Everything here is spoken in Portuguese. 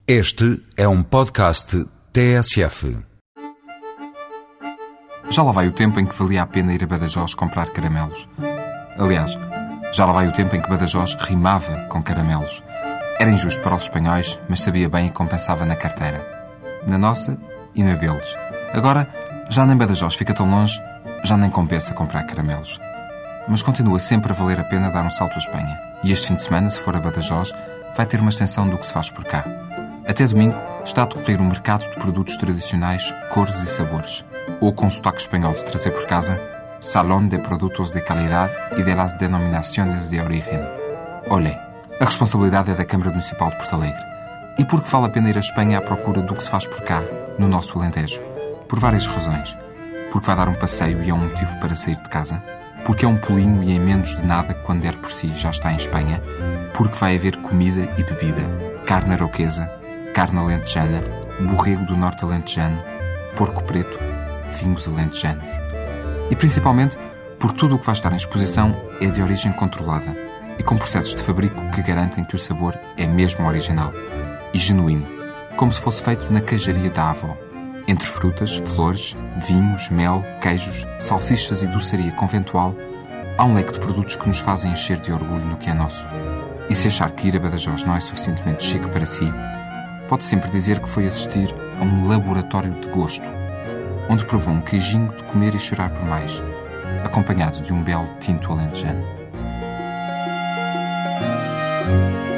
Este é um podcast TSF. Já lá vai o tempo em que valia a pena ir a Badajoz comprar caramelos. Aliás, já lá vai o tempo em que Badajoz rimava com caramelos. Era injusto para os espanhóis, mas sabia bem e compensava na carteira. Na nossa e na deles. Agora, já nem Badajoz fica tão longe, já nem compensa comprar caramelos. Mas continua sempre a valer a pena dar um salto à Espanha. E este fim de semana, se for a Badajoz, vai ter uma extensão do que se faz por cá. Até domingo está a decorrer um mercado de produtos tradicionais, cores e sabores. Ou com sotaque espanhol de trazer por casa, Salón de Produtos de Calidad y de las Denominaciones de Origen. Olé! A responsabilidade é da Câmara Municipal de Porto Alegre. E por que vale a pena ir à Espanha à procura do que se faz por cá, no nosso Alentejo? Por várias razões. Porque vai dar um passeio e é um motivo para sair de casa. Porque é um pulinho e em menos de nada quando der por si já está em Espanha. Porque vai haver comida e bebida, carne aroquesa, carne alentejana, borrego do norte alentejano, porco preto, vinhos alentejanos. E principalmente porque tudo o que vai estar em exposição é de origem controlada e com processos de fabrico que garantem que o sabor é mesmo original e genuíno, como se fosse feito na queijaria da avó, entre frutas, flores, vinhos, mel, queijos, salsichas e doçaria conventual. Há um leque de produtos que nos fazem encher de orgulho no que é nosso. E se achar que ir a Badajoz não é suficientemente chique para si, pode sempre dizer que foi assistir a um laboratório de gosto, onde provou um queijinho de comer e chorar por mais, acompanhado de um belo tinto alentejano.